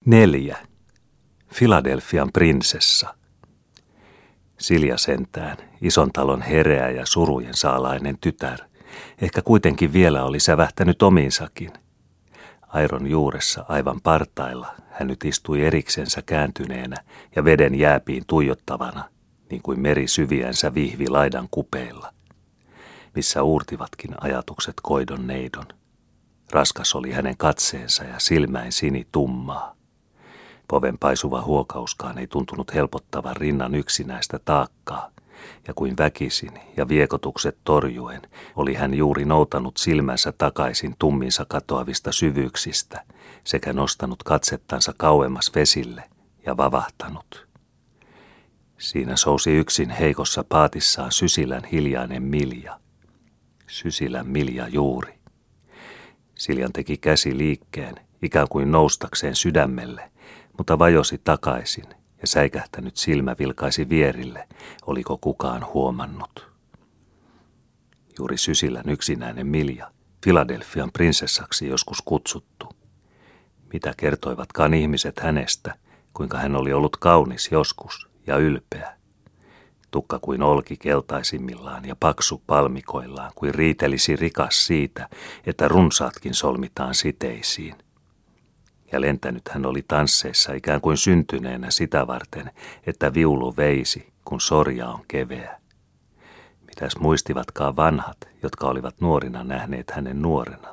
4. Filadelfian prinsessa. Silja sentään, ison talon hereä ja surujen saalainen tytär, ehkä kuitenkin vielä oli sävähtänyt omiinsakin. Airon juuressa aivan partailla hän nyt istui eriksensä kääntyneenä ja veden jääpiin tuijottavana, niin kuin meri syviänsä vihvi laidan kupeilla, missä uurtivatkin ajatukset koidon neidon. Raskas oli hänen katseensa ja silmäin sini tummaa. Poven paisuva huokauskaan ei tuntunut helpottavan rinnan yksinäistä taakkaa, ja kuin väkisin ja viekotukset torjuen oli hän juuri noutanut silmänsä takaisin tumminsa katoavista syvyyksistä sekä nostanut katsettansa kauemmas vesille ja vavahtanut. Siinä sousi yksin heikossa paatissaan Sysilän hiljainen Milja. Sysilän Milja juuri. Siljan teki käsi liikkeen, ikään kuin noustakseen sydämelle, mutta vajosi takaisin ja säikähtänyt silmä vilkaisi vierille, oliko kukaan huomannut. Juuri Sysilän yksinäinen Milja, Filadelfian prinsessaksi joskus kutsuttu. Mitä kertoivatkaan ihmiset hänestä, kuinka hän oli ollut kaunis joskus ja ylpeä. Tukka kuin olki keltaisimmillaan ja paksu palmikoillaan, kuin riitelisi rikas siitä, että runsaatkin solmitaan siteisiin. Ja lentänyt hän oli tansseissa ikään kuin syntyneenä sitä varten, että viulu veisi, kun sorja on keveä. Mitäs muistivatkaan vanhat, jotka olivat nuorina nähneet hänen nuorena?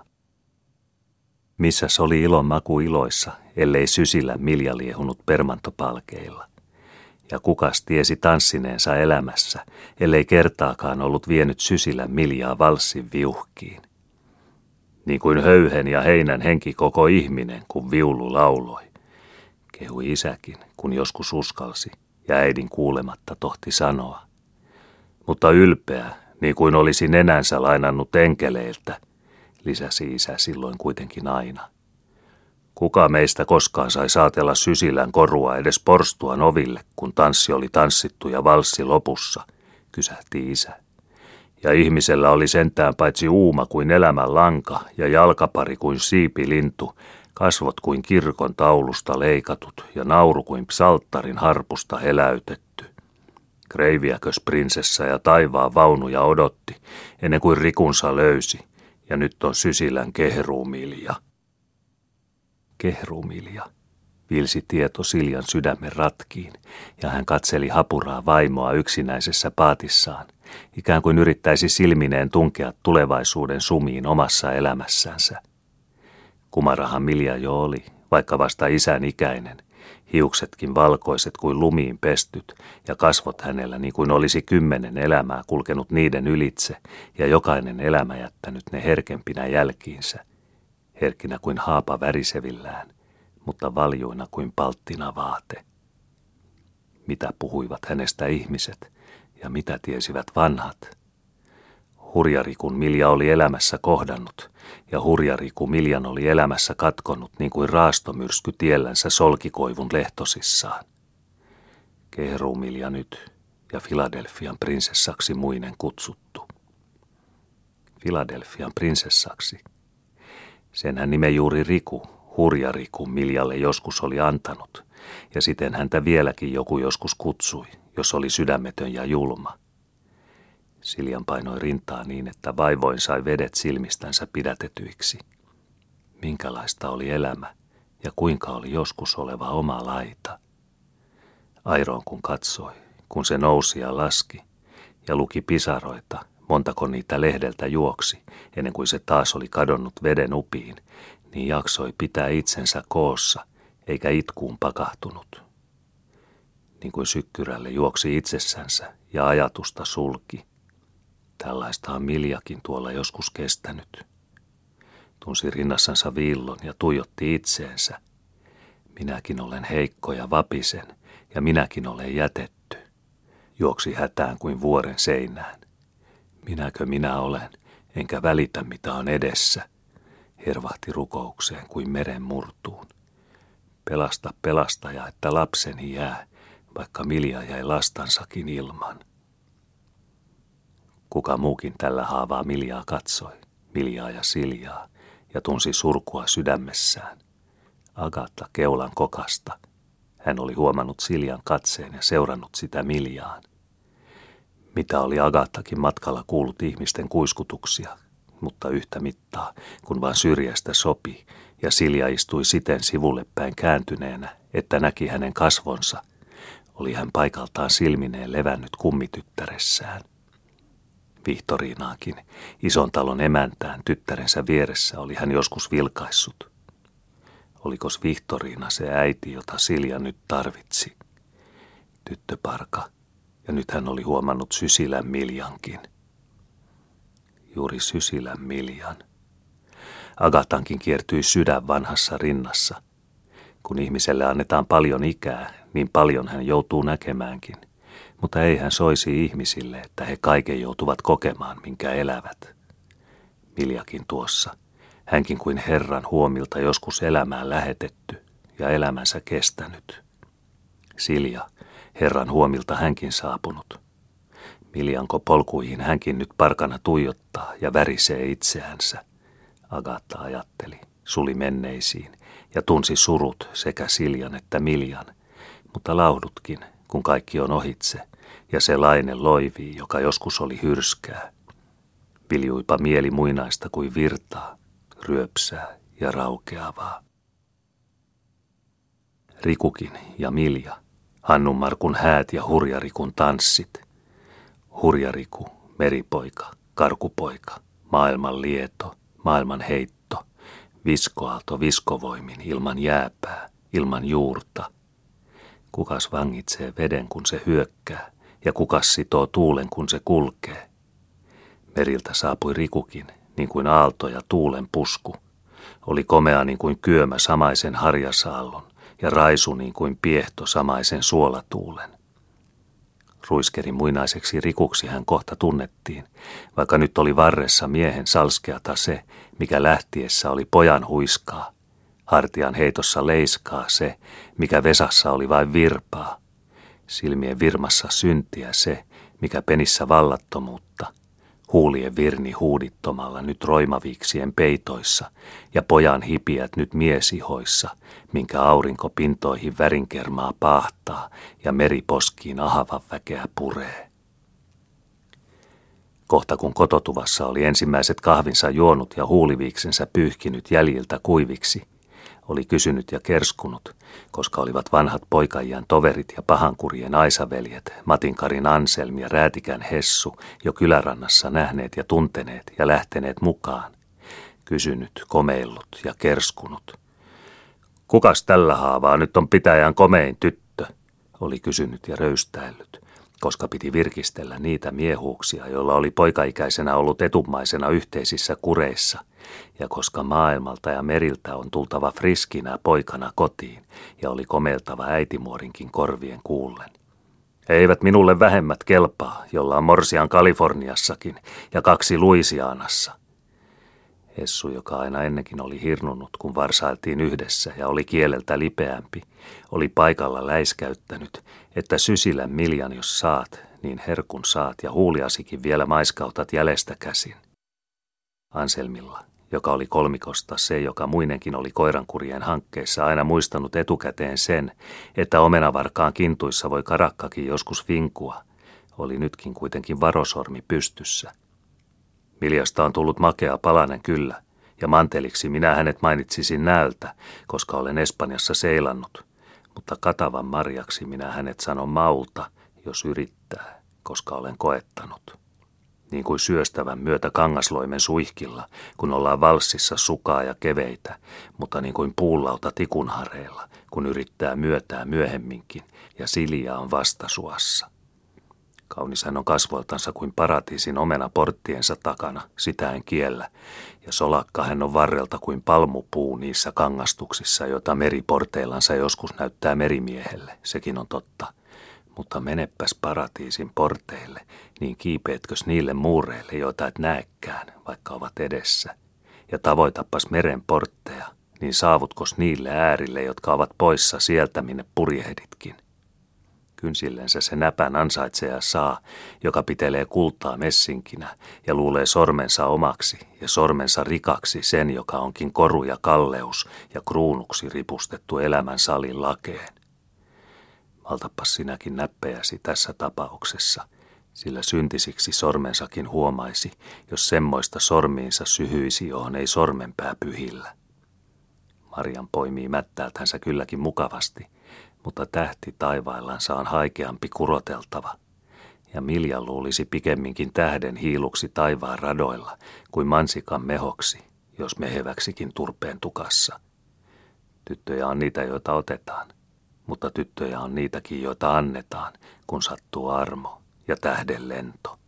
Missäs oli ilon maku iloissa, ellei Sysillä Milja liehunut permantopalkeilla? Ja kukas tiesi tanssineensa elämässä, ellei kertaakaan ollut vienyt Sysilän Miljaa valssin viuhkiin? Niin kuin höyhen ja heinän henki koko ihminen, kun viulu lauloi. Kehui isäkin, kun joskus uskalsi, ja äidin kuulematta tohti sanoa. Mutta ylpeä, niin kuin olisi nenänsä lainannut enkeleiltä, lisäsi isä silloin kuitenkin aina. Kuka meistä koskaan sai saatella Sysilän korua edes porstuan oville, kun tanssi oli tanssittu ja valssi lopussa, kysähti isä. Ja ihmisellä oli sentään paitsi uuma kuin elämän lanka ja jalkapari kuin siipilintu, kasvot kuin kirkon taulusta leikatut ja nauru kuin psalttarin harpusta eläytetty. Kreiviäkös prinsessa ja taivaan vaunuja odotti, ennen kuin rikunsa löysi, ja nyt on Sysilän Kehruumilja. Kehruumilja, vilsi tieto Siljan sydämen ratkiin, ja hän katseli hapuraa vaimoa yksinäisessä paatissaan, ikään kuin yrittäisi silmineen tunkea tulevaisuuden sumiin omassa elämässänsä. Kumarahan Milja jo oli, vaikka vasta isän ikäinen, hiuksetkin valkoiset kuin lumiin pestyt, ja kasvot hänellä niin kuin olisi 10 elämää kulkenut niiden ylitse, ja jokainen elämä jättänyt ne herkempinä jälkiinsä, herkkinä kuin haapa värisevillään, mutta valjuina kuin palttina vaate. Mitä puhuivat hänestä ihmiset, ja mitä tiesivät vanhat? Hurjariku Milja oli elämässä kohdannut, ja hurjariku Miljan oli elämässä katkonut niin kuin raastomyrsky tiellänsä solkikoivun lehtosissaan. Kehruumilja nyt, ja Filadelfian prinsessaksi muinen kutsuttu. Filadelfian prinsessaksi. Senhän nimen juuri Riku, hurjariku Miljalle joskus oli antanut, ja siten häntä vieläkin joku joskus kutsui, jos oli sydämetön ja julma. Siljan painoi rintaa niin, että vaivoin sai vedet silmistänsä pidätetyiksi. Minkälaista oli elämä ja kuinka oli joskus oleva oma laita. Airoon kun katsoi, kun se nousi ja laski ja luki pisaroita, montako niitä lehdeltä juoksi, ennen kuin se taas oli kadonnut veden upiin, niin jaksoi pitää itsensä koossa, eikä itkuun pakahtunut. Niin kuin sykkyrälle juoksi itsessänsä ja ajatusta sulki. Tällaista on Miljakin tuolla joskus kestänyt. Tunsi rinnassansa viillon ja tuijotti itseensä. Minäkin olen heikko ja vapisen, ja minäkin olen jätetty. Juoksi hätään kuin vuoren seinään. Minäkö minä olen, enkä välitä mitä on edessä. Hervahti rukoukseen kuin meren murtuun. Pelasta pelastaja, että lapseni jää, vaikka Milja jäi lastansakin ilman. Kuka muukin tällä haavaa Miljaa katsoi, Miljaa ja Siljaa, ja tunsi surkua sydämessään. Agatha keulan kokasta. Hän oli huomannut Siljan katseen ja seurannut sitä Miljaan. Mitä oli Agathakin matkalla kuullut ihmisten kuiskutuksia, mutta yhtä mittaa, kun vaan syrjästä sopi, ja Silja istui siten sivulle päin kääntyneenä, että näki hänen kasvonsa, oli hän paikaltaan silmineen levännyt kummityttäressään. Vihtoriinaakin, ison talon emäntään tyttärensä vieressä, oli hän joskus vilkaissut. Olikos Vihtoriina se äiti, jota Silja nyt tarvitsi? Tyttöparka, ja nyt hän oli huomannut Sysilän Miljankin. Juuri Sysilän Miljan. Agathankin kiertyi sydän vanhassa rinnassa. Kun ihmiselle annetaan paljon ikää, niin paljon hän joutuu näkemäänkin. Mutta ei hän soisi ihmisille, että he kaiken joutuvat kokemaan, minkä elävät. Miljakin tuossa, hänkin kuin Herran huomilta joskus elämään lähetetty ja elämänsä kestänyt. Silja, Herran huomilta hänkin saapunut. Miljanko polkuihin hänkin nyt parkana tuijottaa ja värisee itseänsä. Agatha ajatteli, suli menneisiin ja tunsi surut sekä Siljan että Miljan, mutta laudutkin, kun kaikki on ohitse, ja se laine loivii, joka joskus oli hyrskää. Viljuipa mieli muinaista kuin virtaa, ryöpsää ja raukeavaa. Rikukin ja Milja, Hannunmarkun häät ja Hurjarikun tanssit. Hurjariku, meripoika, karkupoika, maailman lieto, maailman heitto, viskoaalto viskovoimin ilman jääpää, ilman juurta. Kukas vangitsee veden, kun se hyökkää, ja kukas sitoo tuulen, kun se kulkee. Meriltä saapui Rikukin, niin kuin aalto ja tuulen pusku. Oli komea niin kuin kyömä samaisen harjasaallon, ja raisu niin kuin piehto samaisen suolatuulen. Ruiskerin muinaiseksi Rikuksi hän kohta tunnettiin, vaikka nyt oli varressa miehen salskeata se, mikä lähtiessä oli pojan huiskaa. Hartian heitossa leiskaa se, mikä vesassa oli vain virpaa. Silmien virmassa syntiä se, mikä penissä vallattomuutta. Huulien virni huudittomalla nyt roimaviiksien peitoissa, ja pojan hipiät nyt miesihoissa, minkä aurinko pintoihin värinkermaa paahtaa ja meriposkiin ahavan väkeä puree. Kohta kun kototuvassa oli ensimmäiset kahvinsa juonut ja huuliviiksensä pyyhkinyt jäljiltä kuiviksi, oli kysynyt ja kerskunut, koska olivat vanhat poikaiän toverit ja pahankurien aisaveljet, Matinkarin Anselm ja Räätikän Hessu, jo kylärannassa nähneet ja tunteneet ja lähteneet mukaan. Kysynyt, komeillut ja kerskunut. Kukas tällä haavaa nyt on pitäjän komein tyttö? Oli kysynyt ja röystäillyt, koska piti virkistellä niitä miehuuksia, joilla oli poikaikäisenä ollut etumaisena yhteisissä kureissa, ja koska maailmalta ja meriltä on tultava friskinä poikana kotiin, ja oli komeltava äitimuorinkin korvien kuullen. Eivät minulle vähemmät kelpaa, jolla on morsian Kaliforniassakin ja 2 Louisianassa. Hessu, joka aina ennenkin oli hirnunut, kun varsailtiin yhdessä ja oli kieleltä lipeämpi, oli paikalla läiskäyttänyt, että Sysilän Miljan jos saat, niin herkun saat ja huuliasikin vielä maiskautat jäljestä käsin. Anselmilla, joka oli kolmikosta se, joka muinenkin oli koirankurien hankkeissa aina muistanut etukäteen sen, että omenavarkaan kintuissa voi karakkakin joskus vinkua, oli nytkin kuitenkin varosormi pystyssä. Miljasta on tullut makea palanen kyllä, ja manteliksi minä hänet mainitsisin näöltä, koska olen Espanjassa seilannut, mutta katavan marjaksi minä hänet sanon maulta, jos yrittää, koska olen koettanut. Niin kuin syöstävän myötä kangasloimen suihkilla, kun ollaan valssissa sukaa ja keveitä, mutta niin kuin puulauta tikunhareilla, kun yrittää myötää myöhemminkin, ja Silja on vastasuassa. Kaunis hän on kasvoiltansa kuin paratiisin omena porttiensa takana, sitä en kiellä, ja solakka hän on varrelta kuin palmupuu niissä kangastuksissa, joita meriporteillansa joskus näyttää merimiehelle, sekin on totta. Mutta meneppäs paratiisin porteille, niin kiipeetkös niille muureille, joita et näekään, vaikka ovat edessä, ja tavoitappas meren portteja, niin saavutkos niille äärille, jotka ovat poissa sieltä, minne purjehditkin. Kynsillensä se näpän ansaitsee ja saa, joka pitelee kultaa messinkinä ja luulee sormensa omaksi ja sormensa rikaksi sen, joka onkin koru ja kalleus ja kruunuksi ripustettu elämän salin lakeen. Maltapas sinäkin näppejäsi tässä tapauksessa, sillä syntisiksi sormensakin huomaisi, jos semmoista sormiinsa syhyisi, johon ei sormenpää pyhillä. Marian poimii mättäältänsä kylläkin mukavasti, mutta tähti taivaillansa on haikeampi kuroteltava, ja Milja luulisi pikemminkin tähden hiiluksi taivaan radoilla kuin mansikan mehoksi, jos meheväksikin turpeen tukassa. Tyttöjä on niitä, joita otetaan, mutta tyttöjä on niitäkin, joita annetaan, kun sattuu armo ja tähden lento.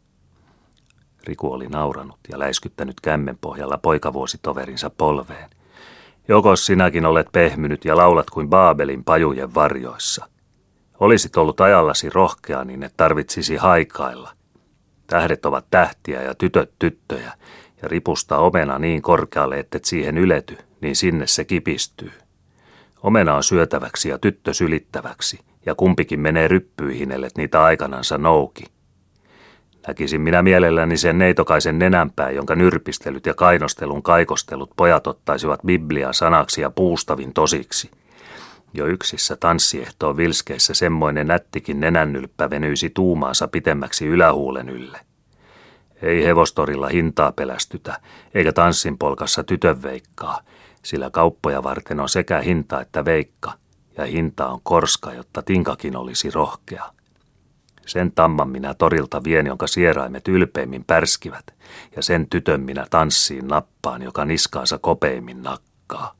Riku oli nauranut ja läiskyttänyt kämmen pohjalla poikavuositoverinsa polveen. Jokos sinäkin olet pehmynyt ja laulat kuin Baabelin pajujen varjoissa. Olisit ollut ajallasi rohkea, niin et tarvitsisi haikailla. Tähdet ovat tähtiä ja tytöt tyttöjä, ja ripusta omena niin korkealle, ettet siihen ylety, niin sinne se kipistyy. Omena on syötäväksi ja tyttö sylittäväksi, ja kumpikin menee ryppyihin, ellet niitä aikanansa nouki. Näkisin minä mielelläni sen neitokaisen nenänpää, jonka nyrpistelyt ja kainostelun kaikostelut pojat ottaisivat Biblian sanaksi ja puustavin tosiksi. Jo yksissä tanssiehtoon vilskeissä semmoinen nättikin nenännylppä venyisi tuumaansa pitemmäksi ylähuulen ylle. Ei hevostorilla hintaa pelästytä, eikä tanssinpolkassa tytön veikkaa, sillä kauppoja varten on sekä hinta että veikka, ja hinta on korska, jotta tinkakin olisi rohkea. Sen tamman minä torilta vien, jonka sieraimet ylpeimmin pärskivät, ja sen tytön minä tanssiin nappaan, joka niskaansa kopeimmin nakkaa.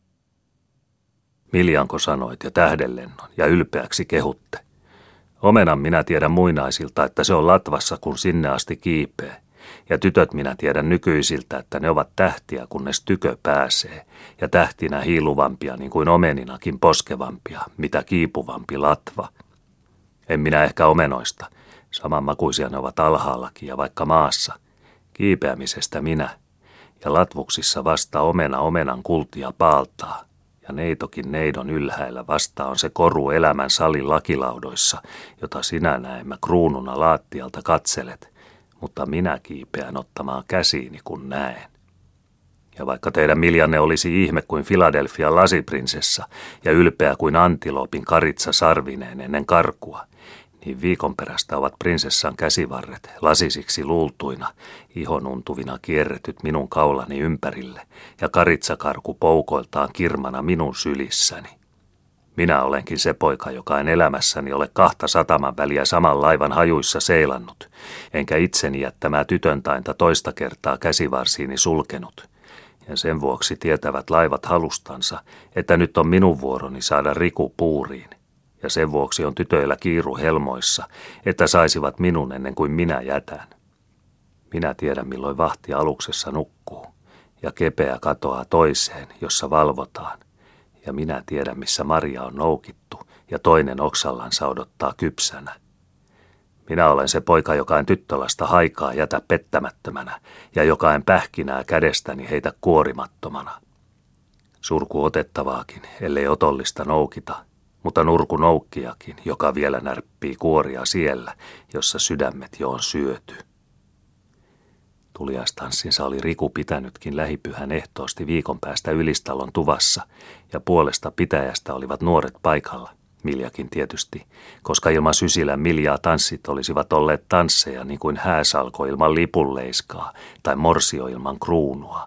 Miljanko sanoit ja tähdenlennon, ja ylpeäksi kehutte. Omenan minä tiedän muinaisilta, että se on latvassa, kun sinne asti kiipee, ja tytöt minä tiedän nykyisiltä, että ne ovat tähtiä, kunnes tykö pääsee, ja tähtinä hiiluvampia niin kuin omeninakin poskevampia, mitä kiipuvampi latva. En minä ehkä omenoista. Samanmakuisia ne ovat alhaallakin ja vaikka maassa. Kiipeämisestä minä. Ja latvuksissa vasta omena omenan kultia paaltaa. Ja neitokin neidon ylhäällä vasta on se koru elämän salin lakilaudoissa, jota sinä näemmä kruununa laattialta katselet. Mutta minä kiipeän ottamaan käsiini, kun näen. Ja vaikka teidän Miljanne olisi ihme kuin Filadelfian lasiprinsessa ja ylpeä kuin antiloopin karitsa sarvineen ennen karkua, niin viikon perästä ovat prinsessan käsivarret lasisiksi luultuina, ihonuntuvina kierretyt minun kaulani ympärille ja karitsakarku poukoiltaan kirmana minun sylissäni. Minä olenkin se poika, joka en elämässäni ole 2 sataman väliä saman laivan hajuissa seilannut, enkä itseni jättämää tytöntainta toista kertaa käsivarsiini sulkenut. Ja sen vuoksi tietävät laivat halustansa, että nyt on minun vuoroni saada Riku puuriin. Ja sen vuoksi on tytöillä kiiru helmoissa, että saisivat minun ennen kuin minä jätän. Minä tiedän, milloin vahti aluksessa nukkuu, ja kepeä katoaa toiseen, jossa valvotaan. Ja minä tiedän, missä Maria on noukittu, ja toinen oksallansa odottaa kypsänä. Minä olen se poika, joka en tyttölasta haikaa jätä pettämättömänä, ja joka en pähkinää kädestäni heitä kuorimattomana. Surku otettavaakin, ellei otollista noukita, mutta nurku noukkiakin, joka vielä närppii kuoria siellä, jossa sydämet jo on syöty. Tuliaistanssinsa oli Riku pitänytkin lähipyhän ehtoosti viikon päästä Ylistalon tuvassa, ja puolesta pitäjästä olivat nuoret paikalla. Miljakin tietysti, koska ilman Sysilän Miljaa tanssit olisivat olleet tansseja niin kuin hääsalko ilman lipulleiskaa tai morsio ilman kruunua.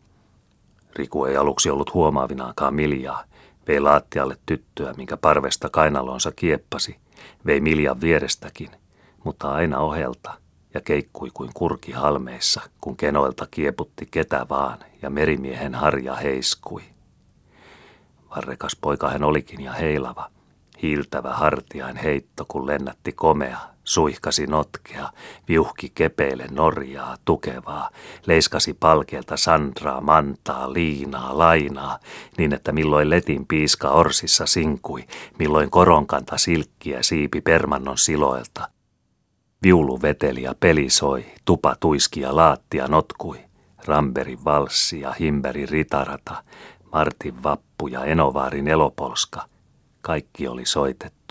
Riku ei aluksi ollut huomaavinaakaan Miljaa, vei laattialle tyttöä, minkä parvesta kainalonsa kieppasi, vei Miljan vierestäkin, mutta aina ohelta ja keikkui kuin kurki halmeissa, kun kenoilta kieputti ketä vaan ja merimiehen harja heiskui. Varrekas poika hän olikin ja heilava. Hiiltävä hartiain heitto, kun lennätti komea, suihkasi notkea, viuhki kepeille norjaa, tukevaa, leiskasi palkeelta Sandraa, Mantaa, Liinaa, Lainaa, niin että milloin letin piiska orsissa sinkui, milloin koronkanta silkkiä siipi permannon siloilta. Viulu veteli ja peli soi, tupa tuiski ja laattia notkui, Ramberin valssi ja Himberin ritarata, Martin vappu ja Enovaarin elopolska. Kaikki oli soitettu,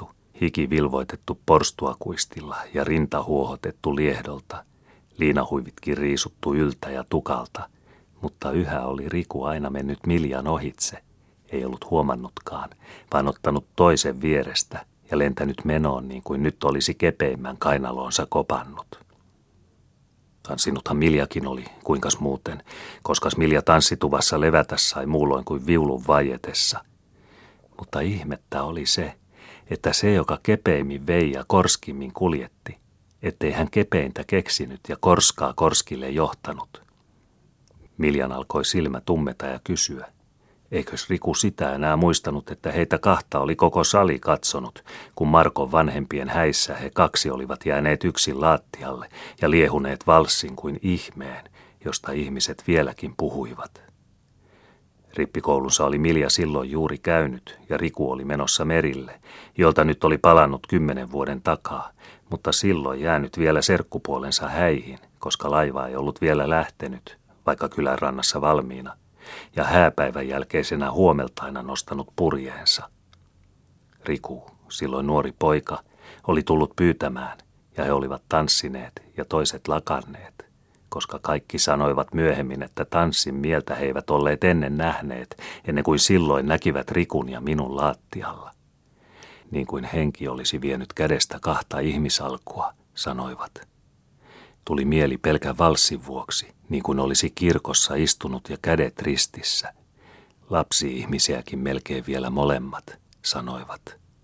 hiki vilvoitettu porstuakuistilla ja rinta huohotettu liehdolta, liinahuivitkin riisuttu yltä ja tukalta, mutta yhä oli Riku aina mennyt Miljan ohitse, ei ollut huomannutkaan, vaan ottanut toisen vierestä ja lentänyt menoon niin kuin nyt olisi kepeimmän kainaloonsa kopannut. Tanssinuthan Miljakin oli, kuinkas muuten, koskas Milja tanssituvassa levätä sai muulloin kuin viulun vaietessa. Mutta ihmettä oli että se, joka kepeimmin vei ja korskimmin kuljetti, ettei hän kepeintä keksinyt ja korskaa korskille johtanut. Miljan alkoi silmä tummeta ja kysyä, eikös Riku sitä enää muistanut, että heitä kahta oli koko sali katsonut, kun Markon vanhempien häissä he kaksi olivat jääneet yksin lattialle ja liehuneet valssin kuin ihmeen, josta ihmiset vieläkin puhuivat. Rippikoulunsa oli Milja silloin juuri käynyt ja Riku oli menossa merille, jolta nyt oli palannut 10 vuoden takaa, mutta silloin jäänyt vielä serkkupuolensa häihin, koska laiva ei ollut vielä lähtenyt, vaikka kylän rannassa valmiina, ja hääpäivän jälkeisenä huomeltaina nostanut purjeensa. Riku, silloin nuori poika, oli tullut pyytämään, ja he olivat tanssineet ja toiset lakanneet, koska kaikki sanoivat myöhemmin, että tanssin mieltä he eivät olleet ennen nähneet, ennen kuin silloin näkivät Rikun ja minun lattialla. Niin kuin henki olisi vienyt kädestä 2 ihmisalkua, sanoivat. Tuli mieli pelkän valssin vuoksi, niin kuin olisi kirkossa istunut ja kädet ristissä. Lapsi-ihmisiäkin melkein vielä molemmat, sanoivat.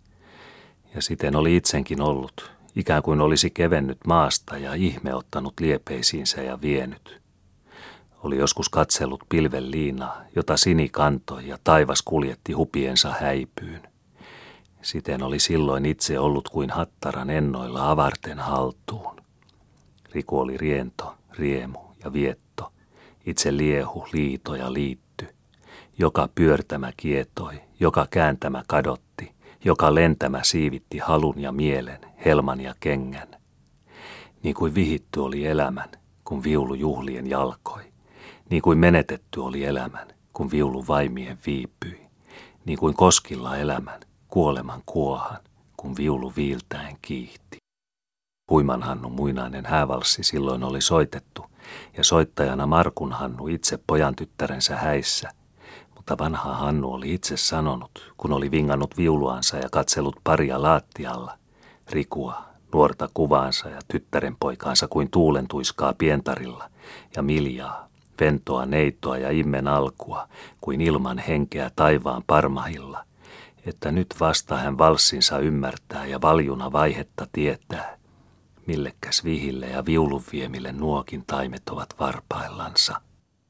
Ja siten oli itsenkin ollut, ikään kuin olisi kevennyt maasta ja ihme ottanut liepeisiinsä ja vienyt. Oli joskus katsellut pilven liinaa, jota sini kantoi ja taivas kuljetti hupiensa häipyyn. Siten oli silloin itse ollut kuin hattaran ennoilla avarten haltuun. Riku oli riento, riemu ja vietto, itse liehu, liito ja liitty. Joka pyörtämä kietoi, joka kääntämä kadotti, joka lentämä siivitti halun ja mielen, helman ja kengän. Niin kuin vihitty oli elämän, kun viulu juhlien jalkoi. Niin kuin menetetty oli elämän, kun viulu vaimien viipyi. Niin kuin koskilla elämän, kuoleman kuohan, kun viulu viiltäen kiihti. Huiman Hannu muinainen häävalssi silloin oli soitettu, ja soittajana Markun Hannu itse pojan tyttärensä häissä, mutta vanha Hannu oli itse sanonut, kun oli vingannut viuluansa ja katsellut paria laattialla, Rikua, nuorta kuvaansa ja tyttärenpoikaansa kuin tuulentuiskaa pientarilla, ja Miljaa, ventoa, neitoa ja immen alkua, kuin ilman henkeä taivaan parmahilla, että nyt vasta hän valssinsa ymmärtää ja valjuna vaihetta tietää, millekäs vihille ja viulunviemille nuokin taimet ovat varpaillansa.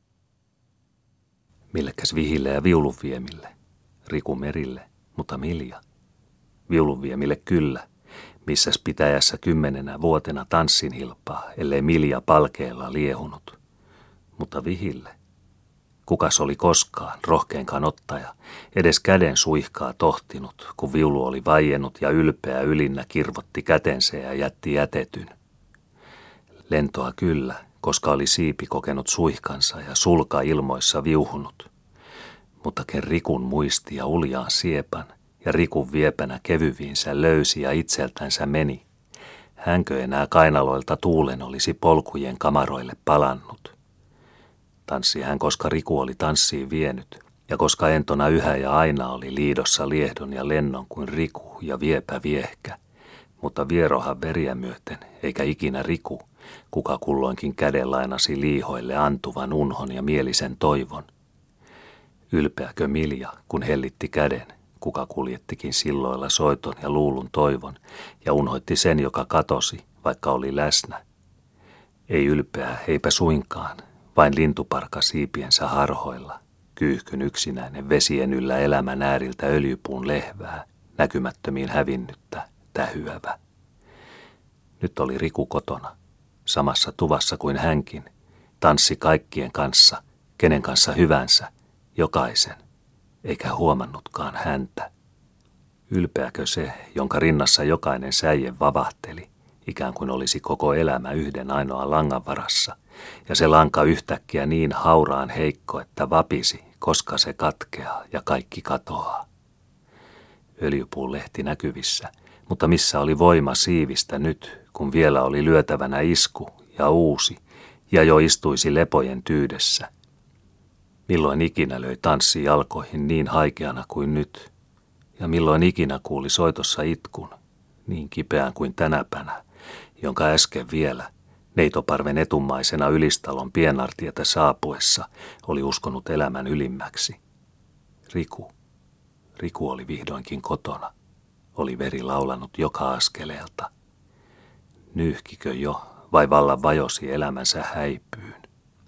Millekäs vihille ja viulunviemille, Riku merille, mutta Milja. Viulunviemille kyllä, missäs pitäjässä 10 vuotena tanssin hilpaa, ellei Milja palkeella liehunut. Mutta vihille, kukas oli koskaan, rohkeinkaan ottaja, edes käden suihkaa tohtinut, kun viulu oli vaiennut ja ylpeä ylinnä kirvotti kätensä ja jätti jätetyn. Lentoa kyllä, koska oli siipi kokenut suihkansa ja sulka ilmoissa viuhunut. Mutta ken Rikun muisti ja uljaan siepan, ja Rikun viepänä kevyviinsä löysi ja itseltänsä meni. Hänkö enää kainaloilta tuulen olisi polkujen kamaroille palannut. Tanssi hän, koska Riku oli tanssiin vienyt, ja koska entona yhä ja aina oli liidossa liehdon ja lennon kuin Riku ja viepä viehkä, mutta vierohan veriä myöten, eikä ikinä Riku, kuka kulloinkin käden lainasi liihoille antuvan unhon ja mielisen toivon. Ylpeäkö Milja, kun hellitti käden, kuka kuljettikin silloilla soiton ja luulun toivon, ja unhoitti sen, joka katosi, vaikka oli läsnä. Ei ylpeää, eipä suinkaan, vain lintuparka siipiensä harhoilla, kyyhkyn yksinäinen vesien yllä elämän ääriltä öljypuun lehvää, näkymättömiin hävinnyttä, tähyävä. Nyt oli Riku kotona, samassa tuvassa kuin hänkin, tanssi kaikkien kanssa, kenen kanssa hyvänsä, jokaisen, eikä huomannutkaan häntä. Ylpeäkö se, jonka rinnassa jokainen säie vavahteli, ikään kuin olisi koko elämä yhden ainoa langan varassa, ja se lanka yhtäkkiä niin hauraan heikko, että vapisi, koska se katkeaa ja kaikki katoaa. Öljypuun lehti näkyvissä, Mutta missä oli voima siivistä nyt, kun vielä oli lyötävänä isku ja uusi, ja jo istuisi lepojen tyydessä? Milloin ikinä löi tanssi jalkoihin niin haikeana kuin nyt, ja milloin ikinä kuuli soitossa itkun, niin kipeään kuin tänäpänä, jonka äsken vielä, neitoparven etummaisena Ylistalon pienartietä saapuessa, oli uskonut elämän ylimmäksi. Riku oli vihdoinkin kotona. Oli veri laulanut joka askeleelta. Nyyhkikö jo, vai vallan vajosi elämänsä häipyyn?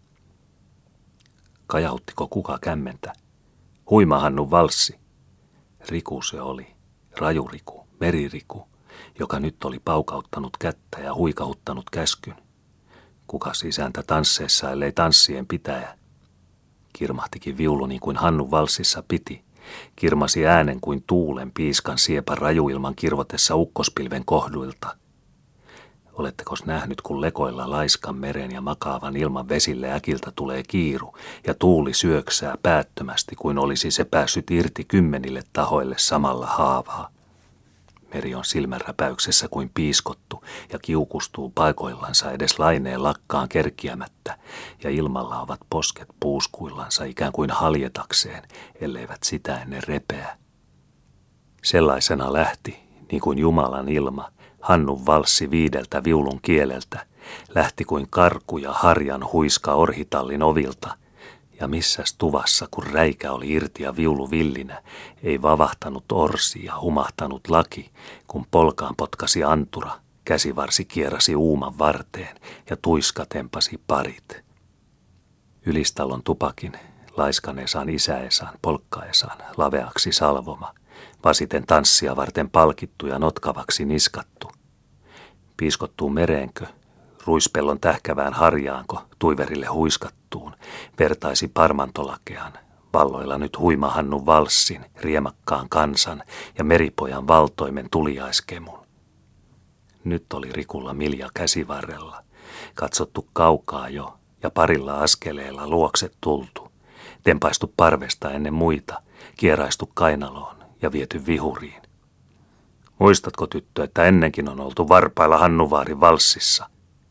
Kajauttiko kuka kämmentä? Huima Hannun valssi. Riku se oli, rajuriku, meririku, joka nyt oli paukauttanut kättä ja huikauttanut käskyn. Kukas isäntä tansseessa, ellei tanssien pitäjä? Kirmahtikin viulu niin kuin Hannun valssissa piti. Kirmasi äänen kuin tuulen piiskan siepan rajuilman kirvotessa ukkospilven kohduilta. Olettekos nähnyt, kun lekoilla laiskan meren ja makaavan ilman vesille äkiltä tulee kiiru ja tuuli syöksää päättömästi, kuin olisi se päässyt irti 10 tahoille samalla haavaa. Meri on silmänräpäyksessä kuin piiskottu ja kiukustuu paikoillansa edes laineen lakkaan kerkiämättä, ja ilmalla ovat posket puuskuillansa ikään kuin haljetakseen, elleivät sitä ennen repeä. Sellaisena lähti, niin kuin Jumalan ilma, Hannun valssi 5 viulun kieleltä, lähti kuin karku ja harjan huiska orhitallin ovilta, ja missäs tuvassa, kun räikä oli irti ja viulu villinä, ei vavahtanut orsi ja humahtanut laki, kun polkaan potkasi antura, käsivarsi kierasi uuman varteen ja tuiska tempasi parit. Ylistalon tupakin, laiskaneesaan isäesaan, polkkaesaan, laveaksi salvoma, vasiten tanssia varten palkittu ja notkavaksi niskattu. Piiskottuu mereenkö, ruispellon tähkävään harjaanko, tuiverille huiskattuun, vertaisi parmantolakean, valloilla nyt Huima Hannun valssin, riemakkaan kansan ja meripojan valtoimen tuliaiskemun. Nyt oli Rikulla Milja käsivarrella, katsottu kaukaa jo ja parilla askeleella luokset tultu, tempaistu parvesta ennen muita, kieraistu kainaloon ja viety vihuriin. Muistatko, tyttö, että ennenkin on oltu varpailla Hannuvaarin valssissa?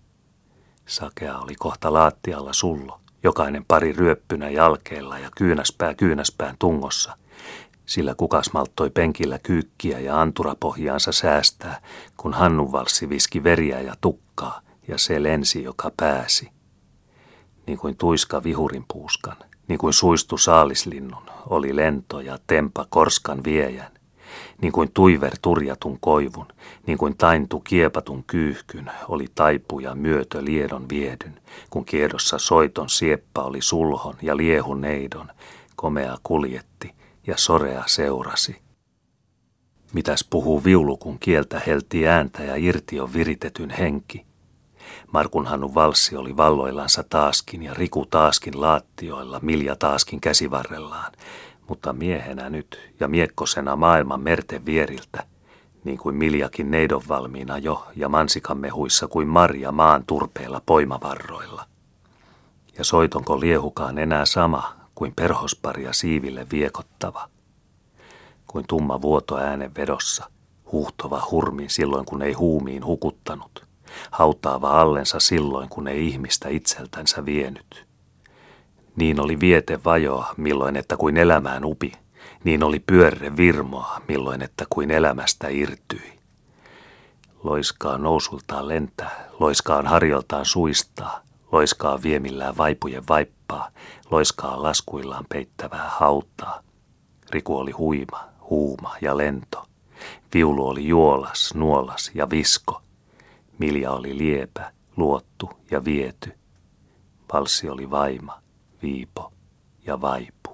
Sakea oli kohta laattialla sullo, jokainen pari ryöppynä jalkeella ja kyynäspään tungossa, sillä kukas malttoi penkillä kyykkiä ja anturapohjaansa säästää, kun Hannun valssi viski veriä ja tukkaa, ja se lensi, joka pääsi. Niin kuin tuiska vihurin puuskan, niin kuin suistu saalislinnun, oli lento ja tempa korskan viejän. Niin kuin tuiver turjatun koivun, niin kuin taintu kiepatun kyyhkyn, oli taipu ja myötö liedon viedyn, kun kiedossa soiton sieppa oli sulhon ja liehun neidon, komea kuljetti ja sorea seurasi. Mitäs puhuu viulu, kun kieltä helti ääntä ja irti on viritetyn henki? Markun Hannun valssi oli valloillansa taaskin ja Riku taaskin laattioilla, Milja taaskin käsivarrellaan, mutta miehenä nyt ja miekkosena maailman merten vieriltä, niin kuin Miljakin neidon valmiina jo ja mansikanmehuissa kuin Marja maan turpeella poimavarroilla. Ja soitonko liehukaan enää sama kuin perhosparia siiville viekottava, kuin tumma vuoto äänen vedossa, huuhtova hurmin silloin kun ei huumiin hukuttanut, hautaava allensa silloin kun ei ihmistä itseltänsä vienyt. Niin oli viete vajoa, milloin että kuin elämään upi, niin oli pyörre virmoa, milloin että kuin elämästä irtyi. Loiskaa nousultaan lentää, loiskaan harjoltaan suistaa, loiskaa viemillään vaipujen vaippaa, loiskaa laskuillaan peittävää hautaa. Riku oli huima, huuma ja lento. Viulu oli juolas, nuolas ja visko. Milja oli liepä, luottu ja viety. Valssi oli vaima, viipo ja vaipu.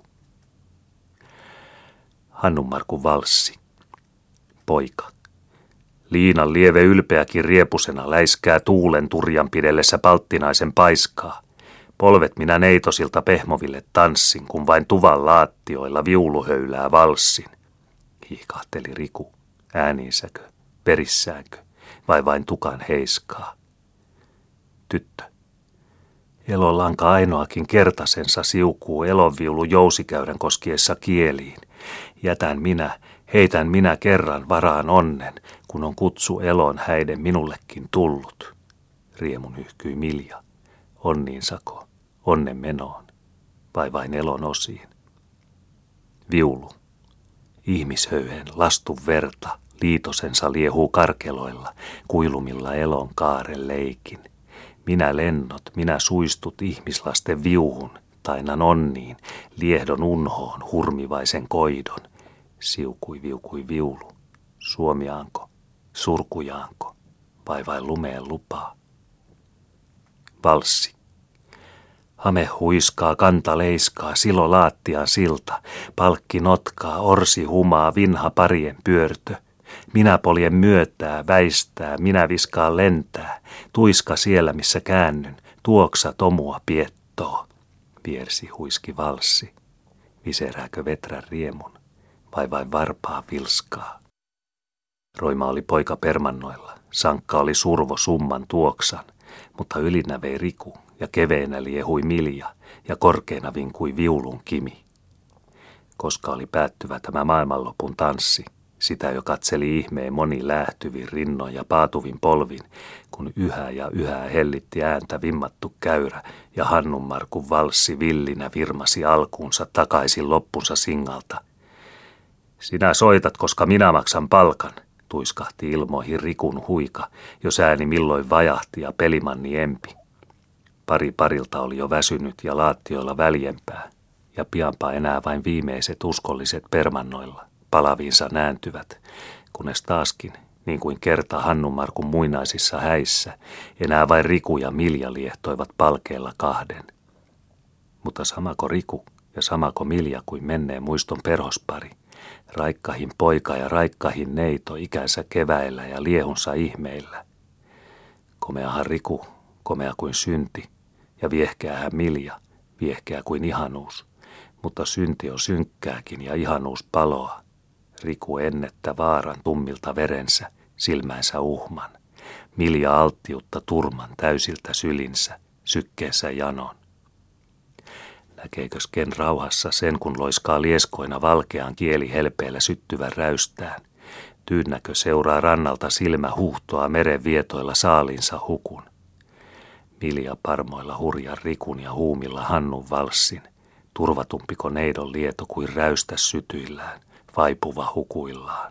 Hannun Markun valssi. Poika. Liinan lieve ylpeäkin riepusena läiskää tuulen turjan pidellessä palttinaisen paiskaa. Polvet minä neitosilta pehmoville tanssin, kun vain tuvan laattioilla viuluhöylää valssin. Hiikahteli Riku, ääniinsäkö, verissäänkö, vai vain tukan heiskaa. Tyttö. Elollanka ainoakin kertasensa siukuu elonviulu jousikäyrän koskiessa kieliin. Jätän minä, Heitän minä kerran varaan onnen, kun on kutsu elon häiden minullekin tullut. Riemun yhkyi Milja. Onniinsako, onnen menoon, vai vain elon osiin? Viulu. Ihmishöyhen lastun verta, liitosensa liehuu karkeloilla, kuilumilla elon kaaren leikin. Minä lennot, minä suistut ihmislasten viuhun, tainan onniin, liehdon unhoon, hurmivaisen koidon. Siukui viukui viulu, suomiaanko, surkujaanko, vai vain lumeen lupaa? Valssi. Hame huiskaa, kanta leiskaa, silo laattiaan silta, palkki notkaa, orsi humaa, vinha parien pyörtö. Minä poljen myötää, väistää, minä viskaan lentää, tuiska siellä missä käännyn, tuoksa tomua piettoo. Viersi huiski valssi, viserääkö veträn riemun, vai vain varpaa vilskaa? Roima oli poika permannoilla, sankka oli survo summan tuoksan, mutta ylinä vei Riku ja keveenä liehui Milja ja korkeana vinkui viulun Kimi. Koska oli päättyvä tämä maailmanlopun tanssi, sitä jo katseli ihmeen moni lähtyvin rinnoin ja paatuvin polvin, kun yhä ja yhä hellitti ääntä vimmattu käyrä ja Hannunmarkun valssi villinä virmasi alkuunsa takaisin loppunsa singalta. Sinä soitat, koska minä maksan palkan, tuiskahti ilmoihin Rikun huika, jos ääni milloin vajahti ja pelimanni empi. Pari parilta oli jo väsynyt ja laattioilla väljempää, ja pianpa enää vain viimeiset uskolliset permannoilla palaviinsa nääntyvät, kunnes taaskin, niin kuin kerta Hannunmarkun muinaisissa häissä, enää vain Riku ja Milja liehtoivat palkeilla kahden. Mutta samako Riku ja samako Milja kuin menneen muiston perhospari, raikkahin poika ja raikkahin neito ikänsä keväillä ja liehunsa ihmeillä. Komeahan Riku, komea kuin synti, ja viehkeähän Milja, viehkeä kuin ihanuus, mutta synti on synkkääkin ja ihanuus paloa. Riku ennettä vaaran tummilta verensä, silmänsä uhman, Milja alttiutta turman täysiltä sylinsä, sykkeensä janon. Näkeikös ken rauhassa sen, kun loiskaa lieskoina valkean kieli helpeellä syttyvän räystään? Tyynnäkö seuraa rannalta silmä huhtoa meren vietoilla saalinsa hukun? Milja parmoilla hurjan Rikun ja huumilla Hannun valssin, turvatumpiko neidon lieto kuin räystä sytyillään, vaipuva hukuillaan.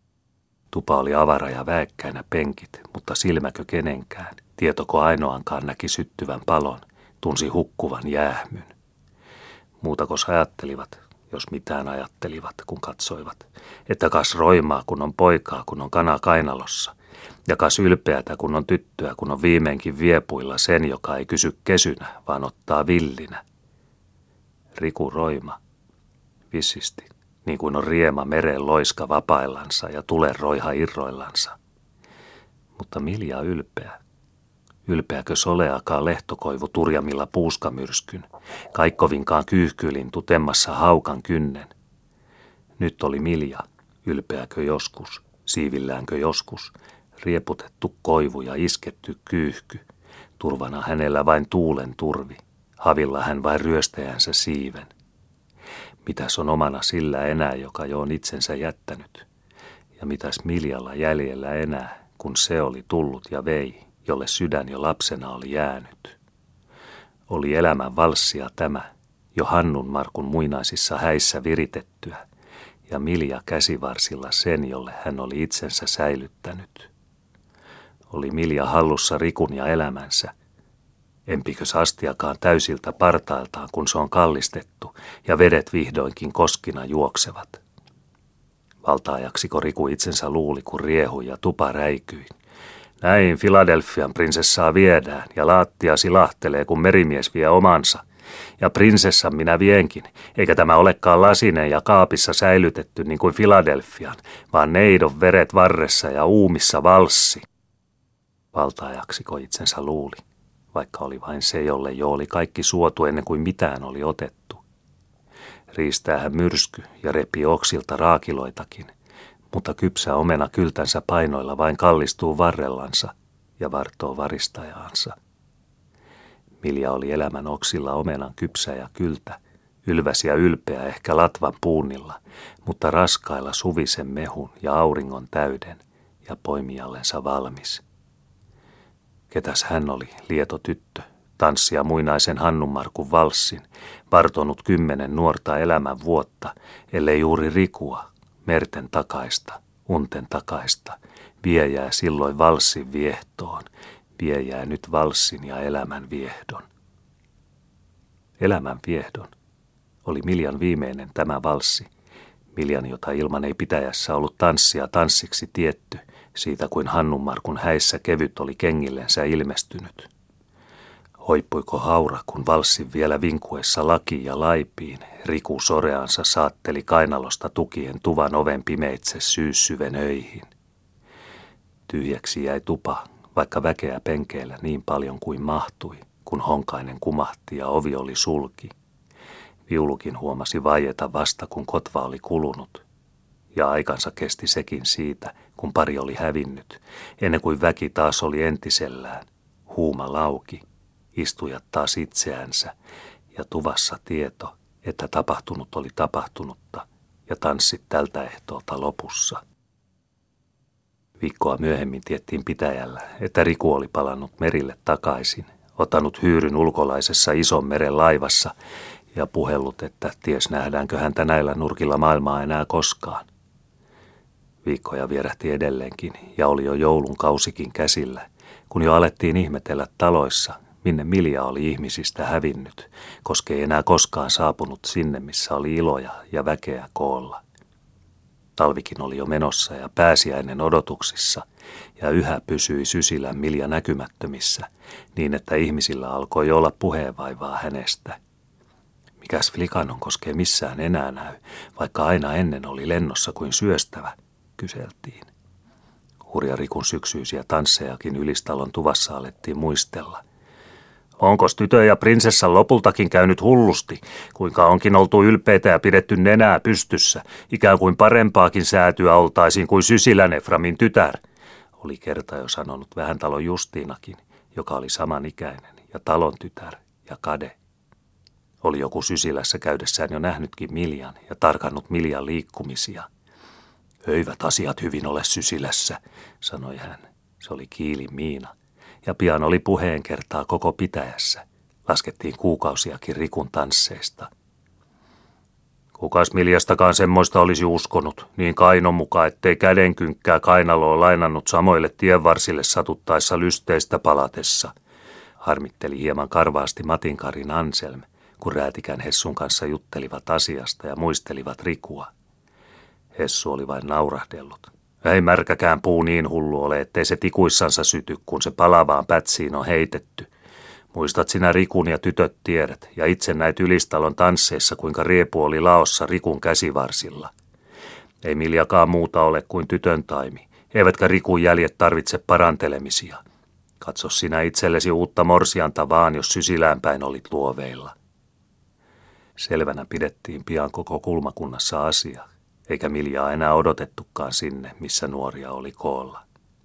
Tupa oli avara ja väekkäinä penkit, mutta silmäkö kenenkään, tietoko ainoankaan näki syttyvän palon, tunsi hukkuvan jäähmyn. Muutakos ajattelivat, jos mitään ajattelivat, kun katsoivat, että kas roimaa, kun on poikaa, kun on kana kainalossa, ja kas ylpeätä, kun on tyttöä, kun on viimeinkin viepuilla sen, joka ei kysy kesynä, vaan ottaa villinä. Riku roima, vissisti, niin kuin on riema meren loiska vapaillansa ja tulen roiha irroillansa. Mutta Milja ylpeä. Ylpeäkö soleakaan lehtokoivu turjamilla puuskamyrskyn, kaikkovinkaan kyyhkylintu temmassa haukan kynnen. Nyt oli Milja, ylpeäkö joskus, siivilläänkö joskus, rieputettu koivu ja isketty kyyhky, turvana hänellä vain tuulen turvi, havilla hän vain ryöstäjänsä siiven. Mitäs on omana sillä enää, joka jo on itsensä jättänyt, ja mitäs Miljalla jäljellä enää, kun se oli tullut ja vei, jolle sydän jo lapsena oli jäänyt. Oli elämän valssia tämä, jo Hannunmarkun muinaisissa häissä viritettyä, ja Milja käsivarsilla sen, jolle hän oli itsensä säilyttänyt. Oli Milja hallussa Rikun ja elämänsä, empikös astiakaan täysiltä partailtaan, kun se on kallistettu, ja vedet vihdoinkin koskina juoksevat. Valtaajaksiko Riku itsensä luuli, kun riehui ja tupa räikyi. Näin Filadelfian prinsessaa viedään, ja laattia silahtelee, kun merimies vie omansa. Ja prinsessan minä vienkin, eikä tämä olekaan lasinen ja kaapissa säilytetty niin kuin Filadelfian, vaan neidon veret varressa ja uumissa valssi. Valtaajaksiko itsensä luuli, vaikka oli vain se, jolle jo oli kaikki suotu ennen kuin mitään oli otettu. Riistää hän myrsky ja repii oksilta raakiloitakin, mutta kypsä omena kyltänsä painoilla vain kallistuu varrellansa ja vartoo varistajaansa. Milja oli elämän oksilla omenan kypsä ja kyltä, ylväs ja ylpeä ehkä latvan puunnilla, mutta raskailla suvisen mehun ja auringon täyden ja poimijallensa valmis. Ketäs hän oli, lieto tyttö, tanssia muinaisen Hannunmarkun valssin, vartonut 10 nuorta elämän vuotta, ellei juuri Rikua, merten takaista, unten takaista, viejää silloin valssin viehtoon, viejää nyt valssin ja elämän viehdon. Elämän viehdon oli Miljan viimeinen tämä valssi, Miljan, jota ilman ei pitäjässä ollut tanssia tanssiksi tietty, siitä kuin Hannunmarkun häissä kevyt oli kengillensä ilmestynyt. Hoippuiko haura, kun valssin vielä vinkuessa laki ja laipiin, Riku soreansa saatteli kainalosta tukien tuvan oven pimeitse syyssyven öihin. Tyhjäksi jäi tupa, vaikka väkeä penkeillä niin paljon kuin mahtui, kun Honkainen kumahti ja ovi oli sulki. Viulukin huomasi vaieta vasta, kun kotva oli kulunut. Ja aikansa kesti sekin siitä, kun pari oli hävinnyt, ennen kuin väki taas oli entisellään. Huuma lauki, istujat taas itseänsä, ja tuvassa tieto, että tapahtunut oli tapahtunutta, ja tanssit tältä ehtoolta lopussa. Viikkoa myöhemmin tiettiin pitäjällä, että Riku oli palannut merille takaisin, ottanut hyyryn ulkolaisessa ison meren laivassa ja puhellut, että ties nähdäänkö häntä näillä nurkilla maailmaa enää koskaan. Viikkoja vierähti edelleenkin ja oli jo joulun kausikin käsillä, kun jo alettiin ihmetellä taloissa, minne Milja oli ihmisistä hävinnyt, koska ei enää koskaan saapunut sinne, missä oli iloja ja väkeä koolla. Talvikin oli jo menossa ja pääsiäinen odotuksissa, ja yhä pysyi Sysilän Milja näkymättömissä, niin että ihmisillä alkoi olla puheenvaivaa hänestä. Mikäs Flikanon koskee missään enää näy, vaikka aina ennen oli lennossa kuin syöstävä, kyseltiin. Hurja Rikun syksyisiä tanssejakin Ylistalon tuvassa alettiin muistella. Onkos tytön ja prinsessan lopultakin käynyt hullusti, kuinka onkin oltu ylpeitä ja pidetty nenää pystyssä, ikään kuin parempaakin säätyä oltaisiin kuin Sysilän Eframin tytär, oli kerta jo sanonut vähän talon Justiinakin, joka oli samanikäinen ja talon tytär ja kade. Oli joku Sysilässä käydessään jo nähnytkin Miljan ja tarkannut Miljan liikkumisia. Eivät asiat hyvin ole Sysilässä, sanoi hän. Se oli Kiilin Miina. Ja pian oli puheen kertaa koko pitäjässä. Laskettiin kuukausiakin Rikun tansseista. Kukas Miljastakaan semmoista olisi uskonut, niin Kainon mukaan, ettei kädenkynkkää kainaloa lainannut samoille tienvarsille satuttaessa lysteistä palatessa, harmitteli hieman karvaasti Matinkarin Anselm, kun Räätikän Hessun kanssa juttelivat asiasta ja muistelivat Rikua. Hessu oli vain naurahdellut. Ei märkäkään puu niin hullu ole, ettei se tikuissansa syty, kun se palavaan pätsiin on heitetty. Muistat sinä Rikun ja tytöt tiedät, ja itse näit Ylistalon tansseissa, kuinka riepu oli laossa Rikun käsivarsilla. Ei Miljakaan muuta ole kuin tytön taimi, eivätkä Rikun jäljet tarvitse parantelemisia. Katso sinä itsellesi uutta morsianta vaan, jos Sysilään päin olit luoveilla. Selvänä pidettiin pian koko kulmakunnassa asia, eikä Miljaa enää odotettukaan sinne, missä nuoria oli koolla.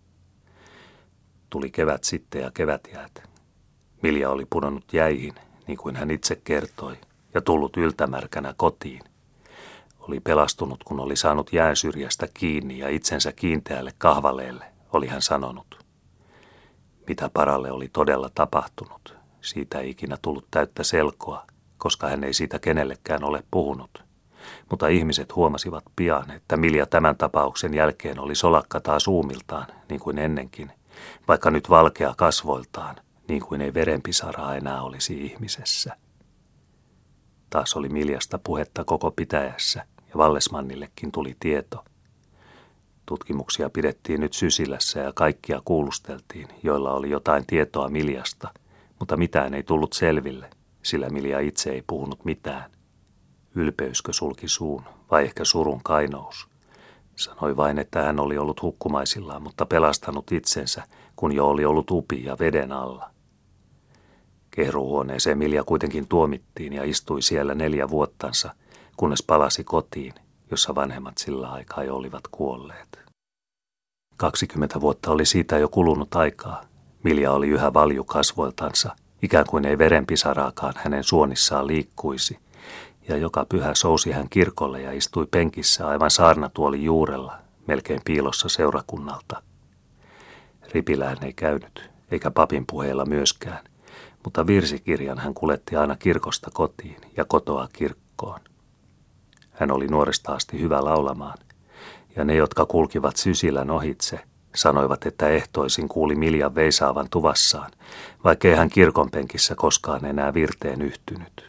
Tuli kevät sitten ja kevätjäät. Milja oli pudonnut jäihin, niin kuin hän itse kertoi, ja tullut yltämärkänä kotiin. Oli pelastunut, kun oli saanut jään syrjästä kiinni ja itsensä kiinteälle kahvaleelle, oli hän sanonut. Mitä paralle oli todella tapahtunut, siitä ei ikinä tullut täyttä selkoa, koska hän ei siitä kenellekään ole puhunut. Mutta ihmiset huomasivat pian, että Milja tämän tapauksen jälkeen oli solakka taas uumiltaan, niin kuin ennenkin, vaikka nyt valkea kasvoiltaan, niin kuin ei verenpisaraa enää olisi ihmisessä. Taas oli Miljasta puhetta koko pitäjässä, ja Vallesmannillekin tuli tieto. Tutkimuksia pidettiin nyt Sysilässä ja kaikkia kuulusteltiin, joilla oli jotain tietoa Miljasta, mutta mitään ei tullut selville, sillä Milja itse ei puhunut mitään. Ylpeyskö sulki suun, vai ehkä surun kainous? Sanoi vain, että hän oli ollut hukkumaisillaan, mutta pelastanut itsensä, kun jo oli ollut upi ja veden alla. Kehruhuoneeseen Milja kuitenkin tuomittiin ja istui siellä 4 vuottansa, kunnes palasi kotiin, jossa vanhemmat sillä aikaa jo olivat kuolleet. 20 vuotta oli siitä jo kulunut aikaa. Milja oli yhä valju kasvoiltansa, ikään kuin ei verenpisaraakaan hänen suonissaan liikkuisi, Ja joka pyhä sousi hän kirkolle ja istui penkissä aivan saarnatuolin juurella, melkein piilossa seurakunnalta. Ripillä hän ei käynyt, eikä papin puheilla myöskään, mutta virsikirjan hän kuljetti aina kirkosta kotiin ja kotoa kirkkoon. Hän oli nuoresta asti hyvä laulamaan, ja ne, jotka kulkivat Sysilän ohitse, sanoivat, että ehtoisin kuuli Miljan veisaavan tuvassaan, vaikkei hän kirkonpenkissä koskaan enää virteen yhtynyt.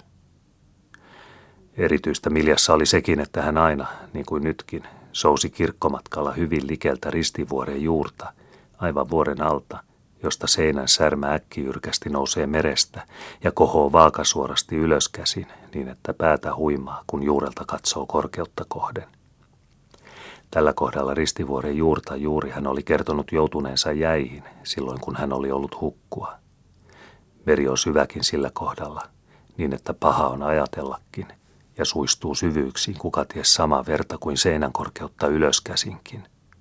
Erityistä Miljassa oli sekin, että hän aina, niin kuin nytkin, sousi kirkkomatkalla hyvin likeltä Ristivuoren juurta, aivan vuoren alta, josta seinän särmä äkkijyrkästi nousee merestä ja kohoo vaakasuorasti ylöskäsin, niin että päätä huimaa, kun juurelta katsoo korkeutta kohden. Tällä kohdalla Ristivuoren juurta juuri hän oli kertonut joutuneensa jäihin silloin, kun hän oli ollut hukkua. Meri on syväkin sillä kohdalla, niin että paha on ajatellakin, ja suistuu syvyyksiin kukaties sama verta kuin seinän korkeutta ylöskäsinkin.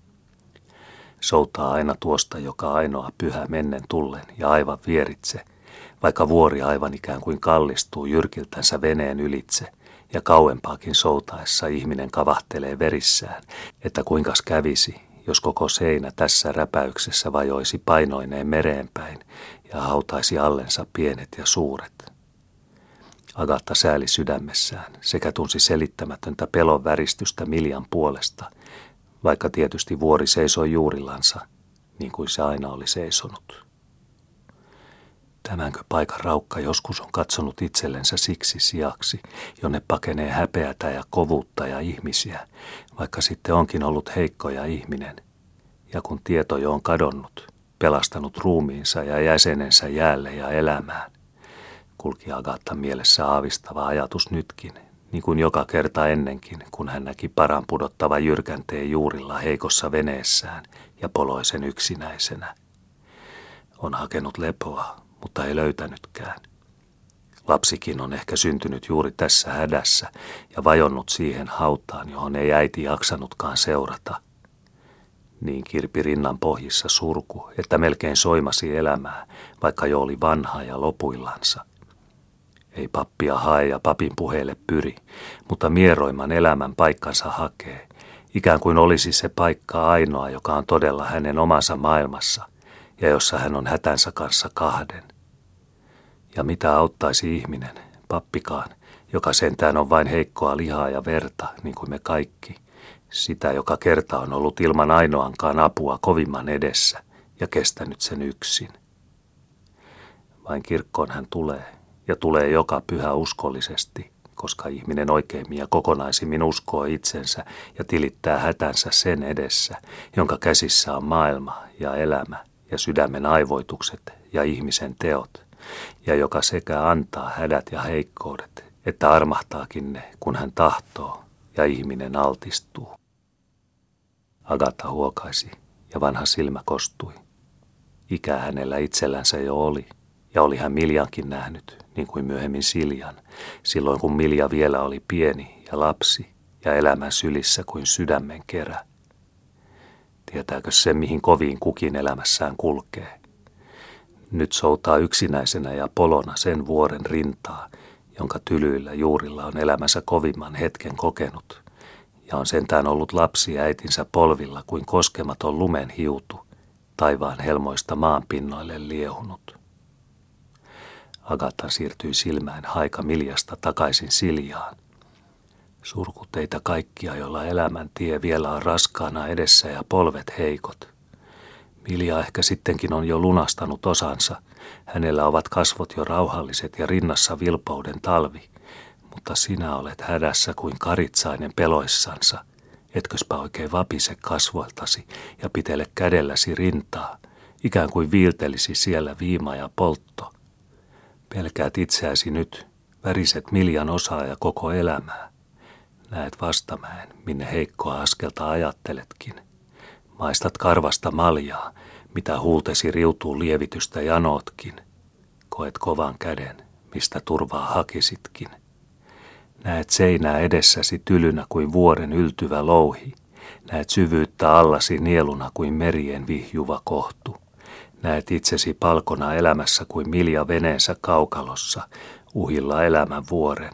Soutaa aina tuosta joka ainoa pyhä mennen tullen ja aivan vieritse, vaikka vuori aivan ikään kuin kallistuu jyrkiltänsä veneen ylitse, ja kauempaakin soutaessa ihminen kavahtelee verissään, että kuinkas kävisi, jos koko seinä tässä räpäyksessä vajoisi painoineen mereenpäin ja hautaisi allensa pienet ja suuret. Agatta sääli sydämessään sekä tunsi selittämätöntä pelon väristystä Miljan puolesta, vaikka tietysti vuori seisoi juurillansa, niin kuin se aina oli seisonut. Tämänkö paikan raukka joskus on katsonut itsellensä siksi sijaksi, jonne pakenee häpeätä ja kovuutta ja ihmisiä, vaikka sitten onkin ollut heikko ja ihminen, ja kun tieto jo on kadonnut, pelastanut ruumiinsa ja jäsenensä jäälle ja elämään, kulki Agattan mielessä aavistava ajatus nytkin, niin kuin joka kerta ennenkin, kun hän näki paran pudottava jyrkänteen juurilla heikossa veneessään ja poloisen yksinäisenä. On hakenut lepoa, mutta ei löytänytkään. Lapsikin on ehkä syntynyt juuri tässä hädässä ja vajonnut siihen hautaan, johon ei äiti jaksanutkaan seurata. Niin kirpi rinnan pohjissa surku, että melkein soimasi elämää, vaikka jo oli vanha ja lopuillansa. Ei pappia hae ja papin puheelle pyri, mutta mieroimman elämän paikkansa hakee, ikään kuin olisi se paikka ainoa, joka on todella hänen omansa maailmassa, ja jossa hän on hätänsä kanssa kahden. Ja mitä auttaisi ihminen, pappikaan, joka sentään on vain heikkoa lihaa ja verta, niin kuin me kaikki, sitä, joka kerta on ollut ilman ainoankaan apua kovimman edessä ja kestänyt sen yksin. Vain kirkkoon hän tulee, ja tulee joka pyhä uskollisesti, koska ihminen oikeimmin ja kokonaisimmin uskoo itsensä ja tilittää hätänsä sen edessä, jonka käsissä on maailma ja elämä ja sydämen aivoitukset ja ihmisen teot, ja joka sekä antaa hädät ja heikkoudet, että armahtaakin ne, kun hän tahtoo ja ihminen altistuu. Agatta huokaisi, ja vanha silmä kostui. Ikä hänellä itsellänsä jo oli, ja oli hän Miljankin nähnyt, niin kuin myöhemmin Siljan, silloin kun Milja vielä oli pieni ja lapsi, ja elämän sylissä kuin sydämen kerä. Tietääkö se, mihin koviin kukin elämässään kulkee? Nyt soutaa yksinäisenä ja polona sen vuoren rintaa, jonka tylyillä juurilla on elämänsä kovimman hetken kokenut, ja on sentään ollut lapsi äitinsä polvilla kuin koskematon lumen hiutu, taivaan helmoista maanpinnoille liehunut. Agatta siirtyi silmäin haika Miljasta takaisin Siljaan. Surku teitä kaikkia, joilla elämän tie vielä on raskaana edessä ja polvet heikot. Milja ehkä sittenkin on jo lunastanut osansa. Hänellä ovat kasvot jo rauhalliset ja rinnassa vilpouden talvi. Mutta sinä olet hädässä kuin karitsainen peloissansa. Etköspä oikein vapise kasvoiltasi ja pitele kädelläsi rintaa, ikään kuin viiltelisi siellä viima ja poltto. Pelkäät itseäsi nyt, väriset Miljan osaa ja koko elämää. Näet vastamäen, minne heikkoa askelta ajatteletkin. Maistat karvasta maljaa, mitä huultesi riutuu lievitystä janootkin. Koet kovan käden, mistä turvaa hakisitkin. Näet seinää edessäsi tylynä kuin vuoren yltyvä louhi. Näet syvyyttä allasi nieluna kuin merien vihjuva kohtu. Näet itsesi palkona elämässä kuin Milja veneensä kaukalossa, uhilla elämän vuoren,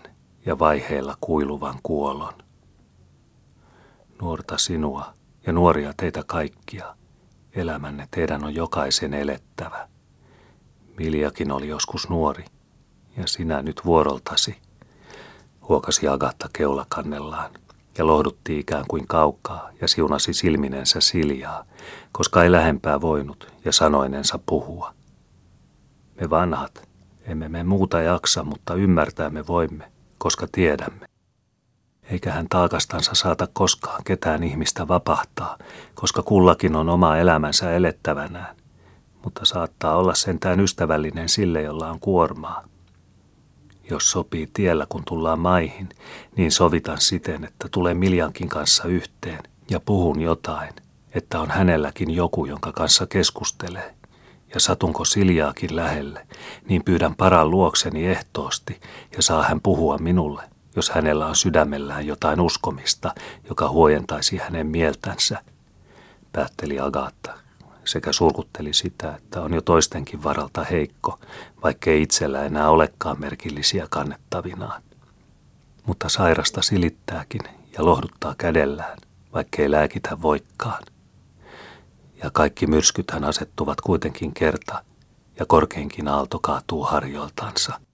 ja vaiheilla kuiluvan kuolon. Nuorta sinua ja nuoria teitä kaikkia, elämänne teidän on jokaisen elettävä. Miljakin oli joskus nuori, ja sinä nyt vuoroltasi, huokasi Agatha keulakannellaan ja lohdutti ikään kuin kaukaa ja siunasi silminensä Siljaa, koska ei lähempää voinut ja sanoinensa puhua. Me vanhat, emme me muuta jaksa, mutta ymmärtää me voimme, koska tiedämme. Eikä hän taakastansa saata koskaan ketään ihmistä vapahtaa, koska kullakin on oma elämänsä elettävänään, mutta saattaa olla sentään ystävällinen sille, jolla on kuormaa. Jos sopii tiellä, kun tullaan maihin, niin sovitan siten, että tulen Miljankin kanssa yhteen ja puhun jotain, että on hänelläkin joku, jonka kanssa keskustelee. Ja satunko Siljaakin lähelle, niin pyydän Paran luokseni ehtoosti ja saa hän puhua minulle, jos hänellä on sydämellään jotain uskomista, joka huojentaisi hänen mieltänsä, päätteli Agatha, sekä surkutteli sitä, että on jo toistenkin varalta heikko, vaikkei itsellä enää olekaan merkillisiä kannettavinaan. Mutta sairasta silittääkin ja lohduttaa kädellään, vaikkei lääkitä voikkaan. Ja kaikki myrskythän asettuvat kuitenkin kerta, ja korkeinkin aalto kaatuu harjoiltansa.